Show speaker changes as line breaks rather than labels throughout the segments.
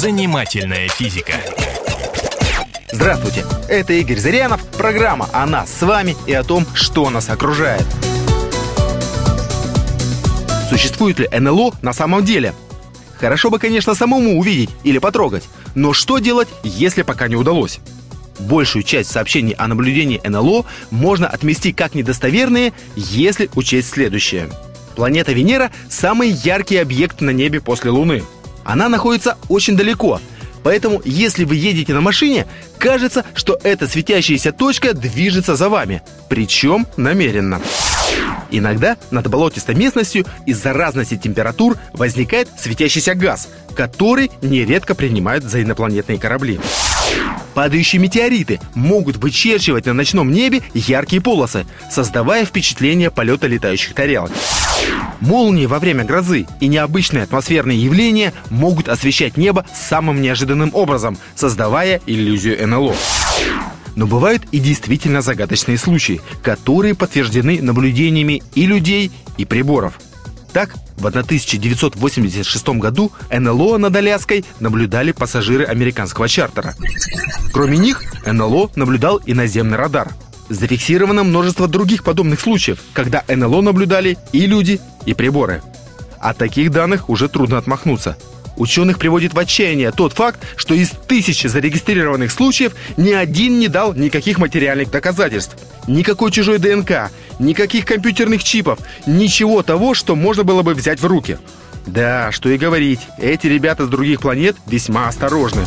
Занимательная физика.
Здравствуйте, это Игорь Зырянов, программа о нас с вами и о том, что нас окружает. Существует ли НЛО на самом деле? Хорошо бы, конечно, самому увидеть или потрогать, но что делать, если пока не удалось? Большую часть сообщений о наблюдении НЛО можно отмести как недостоверные, если учесть следующее. Планета Венера – самый яркий объект на небе после Луны. Она находится очень далеко, поэтому если вы едете на машине, кажется, что эта светящаяся точка движется за вами, причем намеренно. Иногда над болотистой местностью из-за разности температур возникает светящийся газ, который нередко принимают за инопланетные корабли. Падающие метеориты могут вычерчивать на ночном небе яркие полосы, создавая впечатление полета летающих тарелок. Молнии во время грозы и необычные атмосферные явления могут освещать небо самым неожиданным образом, создавая иллюзию НЛО. Но бывают и действительно загадочные случаи, которые подтверждены наблюдениями и людей, и приборов. Так, в 1986 году НЛО над Аляской наблюдали пассажиры американского чартера. Кроме них, НЛО наблюдал и наземный радар. Зафиксировано множество других подобных случаев, когда НЛО наблюдали и люди, и приборы. От таких данных уже трудно отмахнуться. Ученых приводит в отчаяние тот факт, что из 1000 зарегистрированных случаев ни один не дал никаких материальных доказательств. Никакой чужой ДНК, никаких компьютерных чипов, ничего того, что можно было бы взять в руки. Да, что и говорить, эти ребята с других планет весьма осторожны.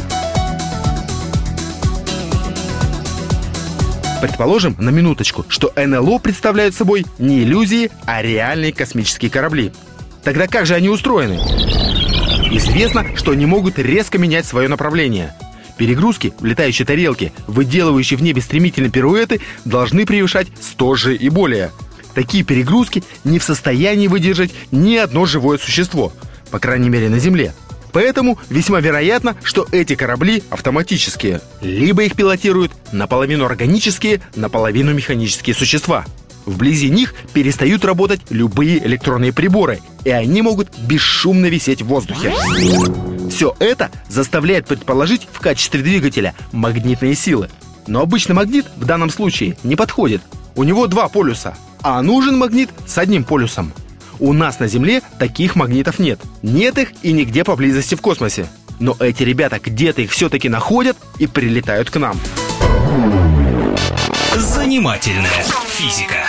Предположим, на минуточку, что НЛО представляют собой не иллюзии, а реальные космические корабли. Тогда как же они устроены? Известно, что они могут резко менять свое направление. Перегрузки в летающей тарелке, выделывающие в небе стремительные пируэты, должны превышать 100 G и более. Такие перегрузки не в состоянии выдержать ни одно живое существо, по крайней мере на Земле. Поэтому весьма вероятно, что эти корабли автоматические. Либо их пилотируют наполовину органические, наполовину механические существа. Вблизи них перестают работать любые электронные приборы, и они могут бесшумно висеть в воздухе. Все это заставляет предположить в качестве двигателя магнитные силы. Но обычный магнит в данном случае не подходит. У него 2 полюса, а нужен магнит с одним полюсом. У нас на Земле таких магнитов нет. Нет их и нигде поблизости в космосе. Но эти ребята где-то их все-таки находят и прилетают к нам.
Занимательная физика.